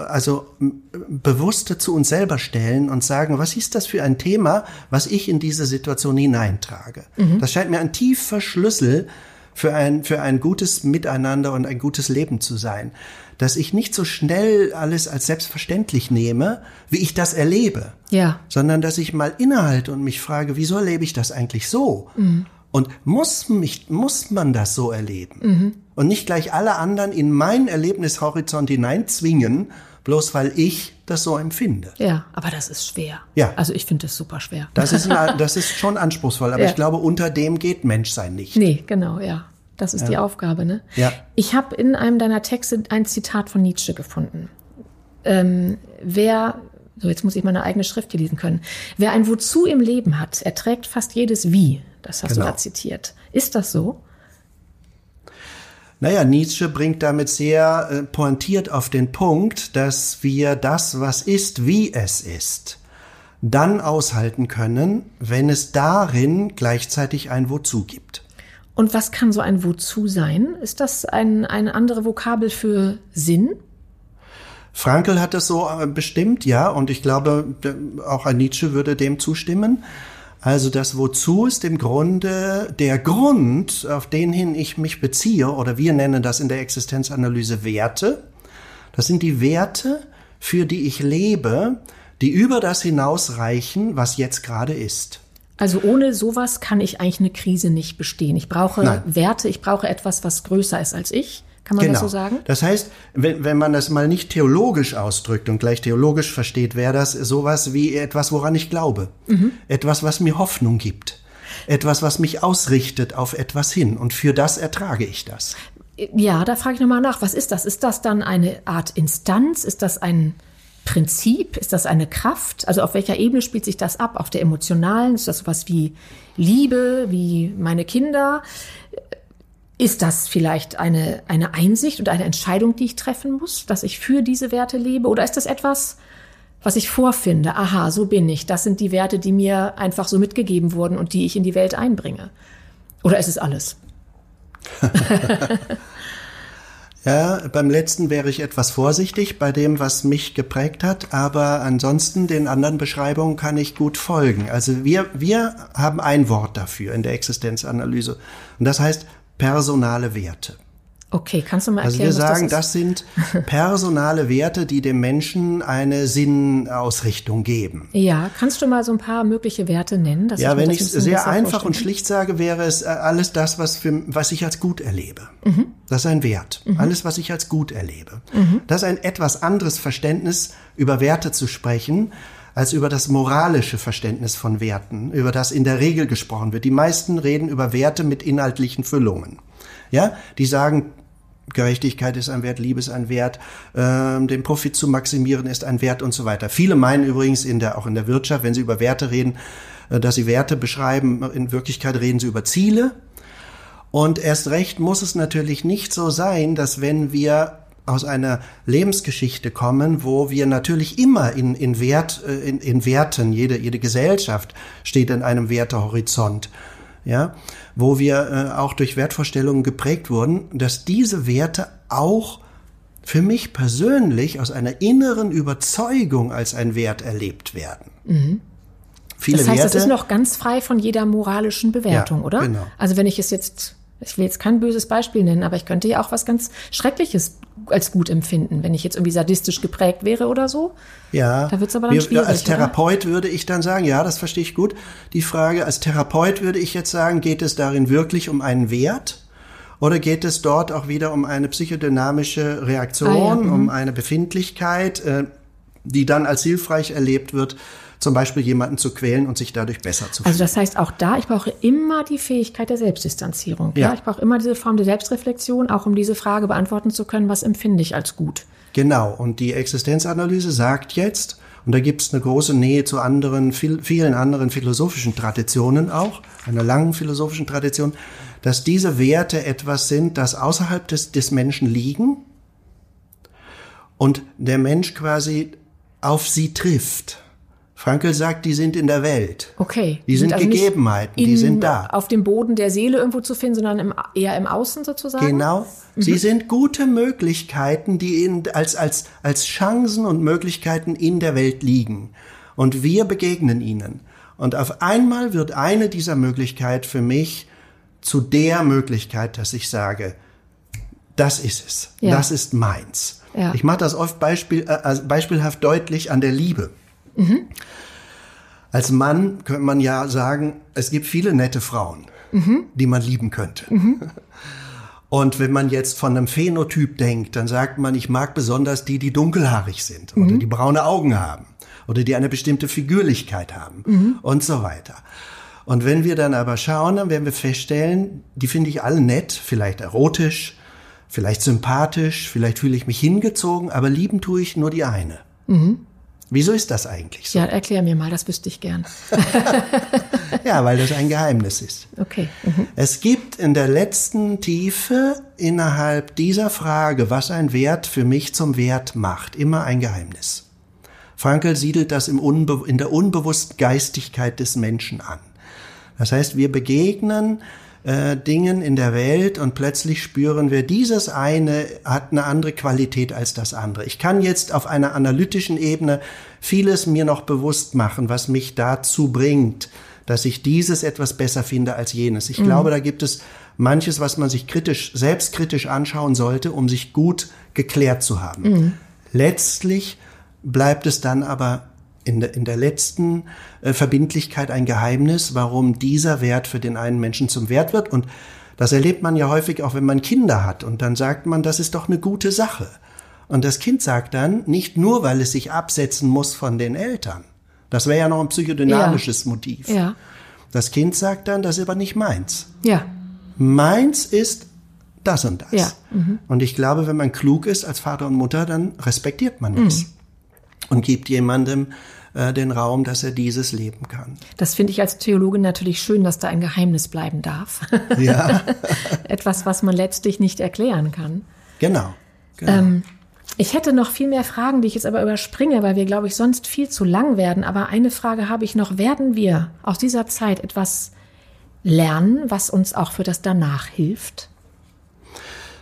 zu uns selber stellen und sagen, was ist das für ein Thema, was ich in diese Situation hineintrage? Das scheint mir ein tiefer Schlüssel für ein gutes Miteinander und ein gutes Leben zu sein. Dass ich nicht so schnell alles als selbstverständlich nehme, wie ich das erlebe, sondern dass ich mal innehalte und mich frage, wieso erlebe ich das eigentlich so? Und muss man das so erleben? Und nicht gleich alle anderen in meinen Erlebnishorizont hineinzwingen, bloß weil ich das so empfinde.
Ja, aber das ist schwer.
Ja.
Also ich finde das super schwer.
Das ist schon anspruchsvoll, aber ich glaube, unter dem geht Menschsein nicht.
Nee, genau, ja. Das ist die Aufgabe, ne? Ja. Ich habe in einem deiner Texte ein Zitat von Nietzsche gefunden. So, jetzt muss ich meine eigene Schrift hier lesen können. Wer ein Wozu im Leben hat, erträgt fast jedes Wie. Das hast du da zitiert. Ist das so?
Naja, Nietzsche bringt damit sehr pointiert auf den Punkt, dass wir das, was ist, wie es ist, dann aushalten können, wenn es darin gleichzeitig ein Wozu gibt.
Und was kann so ein Wozu sein? Ist das eine andere Vokabel für Sinn?
Frankl hat das so bestimmt, ja, und ich glaube, auch ein Nietzsche würde dem zustimmen. Also das Wozu ist im Grunde der Grund, auf den hin ich mich beziehe, oder wir nennen das in der Existenzanalyse Werte. Das sind die Werte, für die ich lebe, die über das hinausreichen, was jetzt gerade ist.
Also ohne sowas kann ich eigentlich eine Krise nicht bestehen. Ich brauche Werte, ich brauche etwas, was größer ist als ich. Kann man das so sagen?
Das heißt, wenn man das mal nicht theologisch ausdrückt und gleich theologisch versteht, wäre das sowas wie etwas, woran ich glaube. Etwas, was mir Hoffnung gibt. Etwas, was mich ausrichtet auf etwas hin. Und für das ertrage ich das.
Ja, da frage ich nochmal nach. Was ist das? Ist das dann eine Art Instanz? Ist das ein Prinzip? Ist das eine Kraft? Also auf welcher Ebene spielt sich das ab? Auf der emotionalen? Ist das sowas wie Liebe, wie meine Kinder? Ist das vielleicht eine Einsicht und eine Entscheidung, die ich treffen muss, dass ich für diese Werte lebe? Oder ist das etwas, was ich vorfinde? Aha, so bin ich. Das sind die Werte, die mir einfach so mitgegeben wurden und die ich in die Welt einbringe. Oder ist es alles?
Ja, beim letzten wäre ich etwas vorsichtig bei dem, was mich geprägt hat, aber ansonsten den anderen Beschreibungen kann ich gut folgen. Also wir haben ein Wort dafür in der Existenzanalyse und das heißt personale Werte.
Okay, kannst du mal erklären,
also wir sagen,
was das ist?
Das sind personale Werte, die dem Menschen eine Sinnausrichtung geben.
Ja, kannst du mal so ein paar mögliche Werte nennen? Dass
ja, wenn ich es sehr einfach
vorstellen.
Und schlicht sage, wäre es alles das, was ich als gut erlebe. Das ist ein Wert. Alles, was ich als gut erlebe. Das ist ein etwas anderes Verständnis, über Werte zu sprechen, als über das moralische Verständnis von Werten, über das in der Regel gesprochen wird. Die meisten reden über Werte mit inhaltlichen Füllungen. Ja, die sagen, Gerechtigkeit ist ein Wert, Liebe ist ein Wert, den Profit zu maximieren ist ein Wert und so weiter. Viele meinen übrigens auch in der Wirtschaft, wenn sie über Werte reden, dass sie Werte beschreiben. In Wirklichkeit reden sie über Ziele. Und erst recht muss es natürlich nicht so sein, dass wenn wir aus einer Lebensgeschichte kommen, wo wir natürlich immer in Werten, jede Gesellschaft steht in einem Wertehorizont, ja, wo wir auch durch Wertvorstellungen geprägt wurden, dass diese Werte auch für mich persönlich aus einer inneren Überzeugung als ein Wert erlebt werden. Viele
das heißt,
Werte,
das ist noch ganz frei von jeder moralischen Bewertung,
ja,
oder?
Genau.
Also wenn ich will jetzt kein böses Beispiel nennen, aber ich könnte ja auch was ganz Schreckliches als gut empfinden, wenn ich jetzt irgendwie sadistisch geprägt wäre oder so.
Ja.
Da wird's aber dann schwierig,
als Therapeut
oder?
würde ich dann sagen, ja, das verstehe ich gut. Die Frage, als Therapeut würde ich jetzt sagen, geht es darin wirklich um einen Wert? Oder geht es dort auch wieder um eine psychodynamische Reaktion, um eine Befindlichkeit, die dann als hilfreich erlebt wird, zum Beispiel jemanden zu quälen und sich dadurch besser zu fühlen.
Also das heißt, auch da, ich brauche immer die Fähigkeit der Selbstdistanzierung. Ja. Ich brauche immer diese Form der Selbstreflexion, auch um diese Frage beantworten zu können, was empfinde ich als gut.
Genau, und die Existenzanalyse sagt jetzt, und da gibt es eine große Nähe zu vielen anderen philosophischen Traditionen auch, einer langen philosophischen Tradition, dass diese Werte etwas sind, das außerhalb des Menschen liegen und der Mensch quasi auf sie trifft. Frankl sagt, die sind in der Welt.
Okay.
Die sind also Gegebenheiten, die sind da.
Auf dem Boden der Seele irgendwo zu finden, sondern eher im Außen sozusagen?
Genau. Sie sind gute Möglichkeiten, die als Chancen und Möglichkeiten in der Welt liegen. Und wir begegnen ihnen. Und auf einmal wird eine dieser Möglichkeiten für mich zu der Möglichkeit, dass ich sage, das ist es. Ja. Das ist meins. Ja. Ich mache das oft beispielhaft deutlich an der Liebe. Als Mann könnte man ja sagen, es gibt viele nette Frauen, die man lieben könnte. Und wenn man jetzt von einem Phänotyp denkt, dann sagt man, ich mag besonders die dunkelhaarig sind oder die braune Augen haben oder die eine bestimmte Figürlichkeit haben und so weiter. Und wenn wir dann aber schauen, dann werden wir feststellen, die finde ich alle nett, vielleicht erotisch, vielleicht sympathisch, vielleicht fühle ich mich hingezogen, aber lieben tue ich nur die eine. Wieso ist das eigentlich so?
Ja, erklär mir mal, das wüsste ich gern.
Ja, weil das ein Geheimnis ist.
Okay.
Es gibt in der letzten Tiefe innerhalb dieser Frage, was ein Wert für mich zum Wert macht, immer ein Geheimnis. Frankl siedelt das in der unbewussten Geistigkeit des Menschen an. Das heißt, wir begegnen Dingen in der Welt und plötzlich spüren wir, dieses eine hat eine andere Qualität als das andere. Ich kann jetzt auf einer analytischen Ebene vieles mir noch bewusst machen, was mich dazu bringt, dass ich dieses etwas besser finde als jenes. Ich glaube, da gibt es manches, was man sich selbstkritisch anschauen sollte, um sich gut geklärt zu haben. Letztlich bleibt es dann aber in der letzten Verbindlichkeit ein Geheimnis, warum dieser Wert für den einen Menschen zum Wert wird. Und das erlebt man ja häufig auch, wenn man Kinder hat. Und dann sagt man, das ist doch eine gute Sache. Und das Kind sagt dann, nicht nur, weil es sich absetzen muss von den Eltern. Das wäre ja noch ein psychodynamisches Motiv.
Ja.
Das Kind sagt dann, das ist aber nicht meins.
Ja.
Meins ist das und das.
Ja.
Und ich glaube, wenn man klug ist als Vater und Mutter, dann respektiert man das. Und gibt jemandem den Raum, dass er dieses leben kann.
Das finde ich als Theologin natürlich schön, dass da ein Geheimnis bleiben darf.
Ja.
Etwas, was man letztlich nicht erklären kann.
Genau.
Ich hätte noch viel mehr Fragen, die ich jetzt aber überspringe, weil wir, glaube ich, sonst viel zu lang werden. Aber eine Frage habe ich noch. Werden wir aus dieser Zeit etwas lernen, was uns auch für das Danach hilft?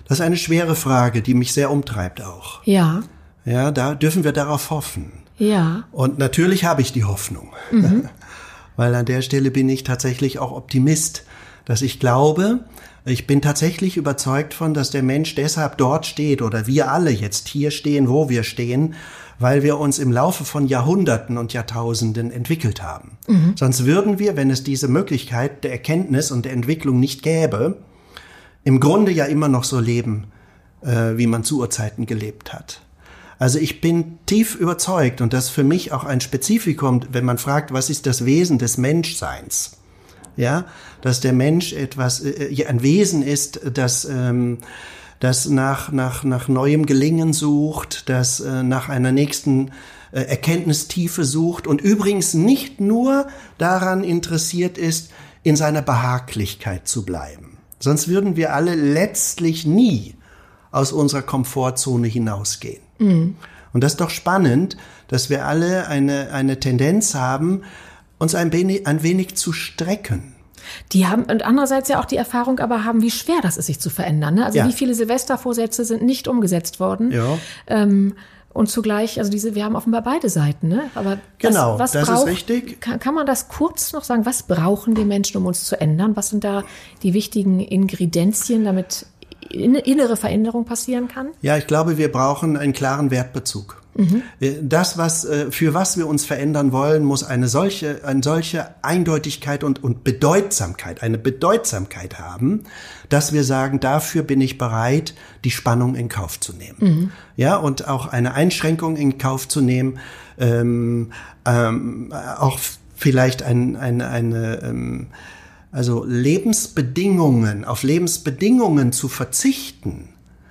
Das ist eine schwere Frage, die mich sehr umtreibt auch.
Ja.
Ja, da dürfen wir darauf hoffen.
Ja.
Und natürlich habe ich die Hoffnung. Weil an der Stelle bin ich tatsächlich auch Optimist, dass ich glaube, ich bin tatsächlich überzeugt von, dass der Mensch deshalb dort steht oder wir alle jetzt hier stehen, wo wir stehen, weil wir uns im Laufe von Jahrhunderten und Jahrtausenden entwickelt haben. Sonst würden wir, wenn es diese Möglichkeit der Erkenntnis und der Entwicklung nicht gäbe, im Grunde ja immer noch so leben, wie man zu Urzeiten gelebt hat. Also ich bin tief überzeugt, und das ist für mich auch ein Spezifikum, wenn man fragt, was ist das Wesen des Menschseins? Ja, dass der Mensch ein Wesen ist, das nach neuem Gelingen sucht, das nach einer nächsten Erkenntnistiefe sucht und übrigens nicht nur daran interessiert ist, in seiner Behaglichkeit zu bleiben. Sonst würden wir alle letztlich nie aus unserer Komfortzone hinausgehen. Und das ist doch spannend, dass wir alle eine Tendenz haben, uns ein wenig zu strecken.
Die haben und andererseits ja auch die Erfahrung aber haben, wie schwer das ist, sich zu verändern. Ne? Also wie viele Silvestervorsätze sind nicht umgesetzt worden. Ja. Und zugleich, also wir haben offenbar beide Seiten. Ne? Aber
genau, das ist richtig.
Kann man das kurz noch sagen, was brauchen die Menschen, um uns zu ändern? Was sind da die wichtigen Ingredienzien, damit innere Veränderung passieren kann?
Ja, ich glaube, wir brauchen einen klaren Wertbezug. Das, für was wir uns verändern wollen, muss eine solche Eindeutigkeit und Bedeutsamkeit, eine Bedeutsamkeit haben, dass wir sagen, dafür bin ich bereit, die Spannung in Kauf zu nehmen. Ja, und auch eine Einschränkung in Kauf zu nehmen, auch vielleicht also auf Lebensbedingungen zu verzichten,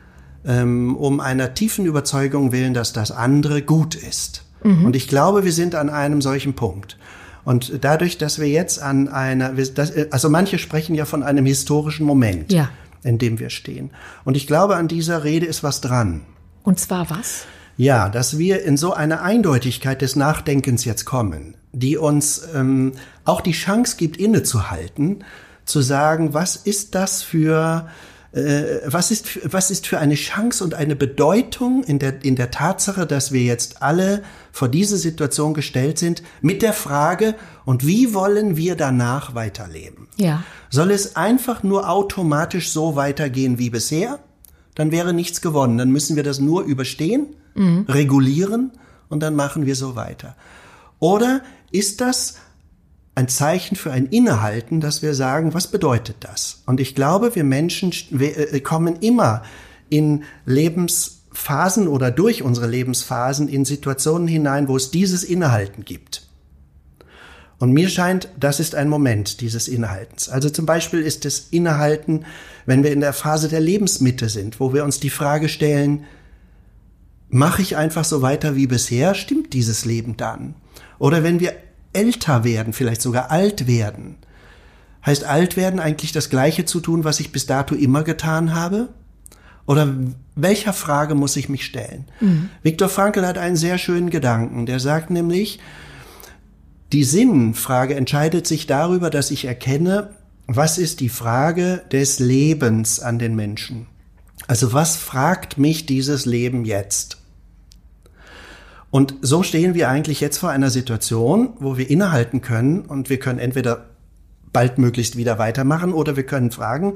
um einer tiefen Überzeugung willen, dass das andere gut ist. Und ich glaube, wir sind an einem solchen Punkt. Und dadurch, dass wir jetzt also manche sprechen ja von einem historischen Moment, in dem wir stehen. Und ich glaube, an dieser Rede ist was dran.
Und zwar was?
Ja, dass wir in so eine Eindeutigkeit des Nachdenkens jetzt kommen, die uns auch die Chance gibt, innezuhalten, zu sagen, was ist das für was ist für eine Chance und eine Bedeutung in der Tatsache, dass wir jetzt alle vor diese Situation gestellt sind, mit der Frage, und wie wollen wir danach weiterleben? Ja. Soll es einfach nur automatisch so weitergehen wie bisher? Dann wäre nichts gewonnen. Dann müssen wir das nur überstehen, regulieren und dann machen wir so weiter. Oder ist das ein Zeichen für ein Innehalten, dass wir sagen, was bedeutet das? Und ich glaube, wir Menschen kommen immer in Lebensphasen oder durch unsere Lebensphasen in Situationen hinein, wo es dieses Innehalten gibt. Und mir scheint, das ist ein Moment dieses Innehaltens. Also zum Beispiel ist es Innehalten, wenn wir in der Phase der Lebensmitte sind, wo wir uns die Frage stellen, mache ich einfach so weiter wie bisher? Stimmt dieses Leben dann? Oder wenn wir älter werden, vielleicht sogar alt werden. Heißt alt werden eigentlich das Gleiche zu tun, was ich bis dato immer getan habe? Oder welcher Frage muss ich mich stellen? Viktor Frankl hat einen sehr schönen Gedanken. Der sagt nämlich, die Sinnfrage entscheidet sich darüber, dass ich erkenne, was ist die Frage des Lebens an den Menschen? Also was fragt mich dieses Leben jetzt? Und so stehen wir eigentlich jetzt vor einer Situation, wo wir innehalten können und wir können entweder baldmöglichst wieder weitermachen oder wir können fragen,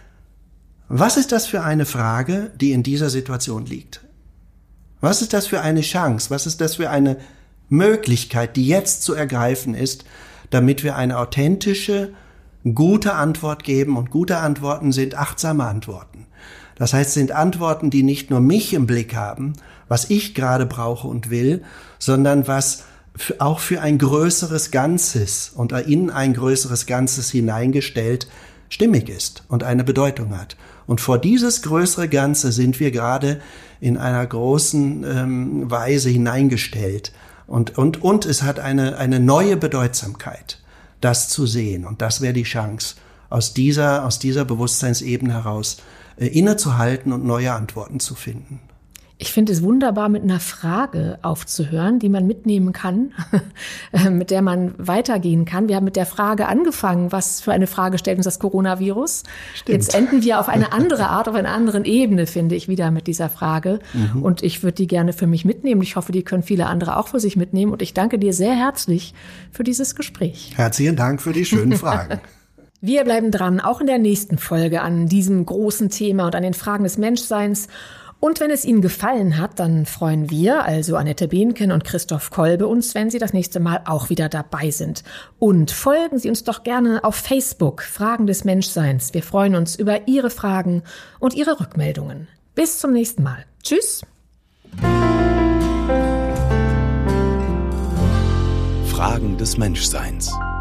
was ist das für eine Frage, die in dieser Situation liegt? Was ist das für eine Chance? Was ist das für eine Möglichkeit, die jetzt zu ergreifen ist, damit wir eine authentische, gute Antwort geben? Und gute Antworten sind achtsame Antworten. Das heißt, sind Antworten, die nicht nur mich im Blick haben, was ich gerade brauche und will, sondern was auch für ein größeres Ganzes und in ein größeres Ganzes hineingestellt stimmig ist und eine Bedeutung hat. Und vor dieses größere Ganze sind wir gerade in einer großen Weise hineingestellt. Und es hat eine neue Bedeutsamkeit, das zu sehen. Und das wäre die Chance, aus dieser Bewusstseinsebene heraus innezuhalten und neue Antworten zu finden.
Ich finde es wunderbar, mit einer Frage aufzuhören, die man mitnehmen kann, mit der man weitergehen kann. Wir haben mit der Frage angefangen, was für eine Frage stellt uns das Coronavirus? Stimmt. Jetzt enden wir auf eine andere Art, auf einer anderen Ebene, finde ich, wieder mit dieser Frage. Und ich würde die gerne für mich mitnehmen. Ich hoffe, die können viele andere auch für sich mitnehmen. Und ich danke dir sehr herzlich für dieses Gespräch.
Herzlichen Dank für die schönen Fragen.
Wir bleiben dran, auch in der nächsten Folge an diesem großen Thema und an den Fragen des Menschseins. Und wenn es Ihnen gefallen hat, dann freuen wir, also Annette Behnken und Christoph Kolbe, uns, wenn Sie das nächste Mal auch wieder dabei sind. Und folgen Sie uns doch gerne auf Facebook, Fragen des Menschseins. Wir freuen uns über Ihre Fragen und Ihre Rückmeldungen. Bis zum nächsten Mal. Tschüss.
Fragen des Menschseins.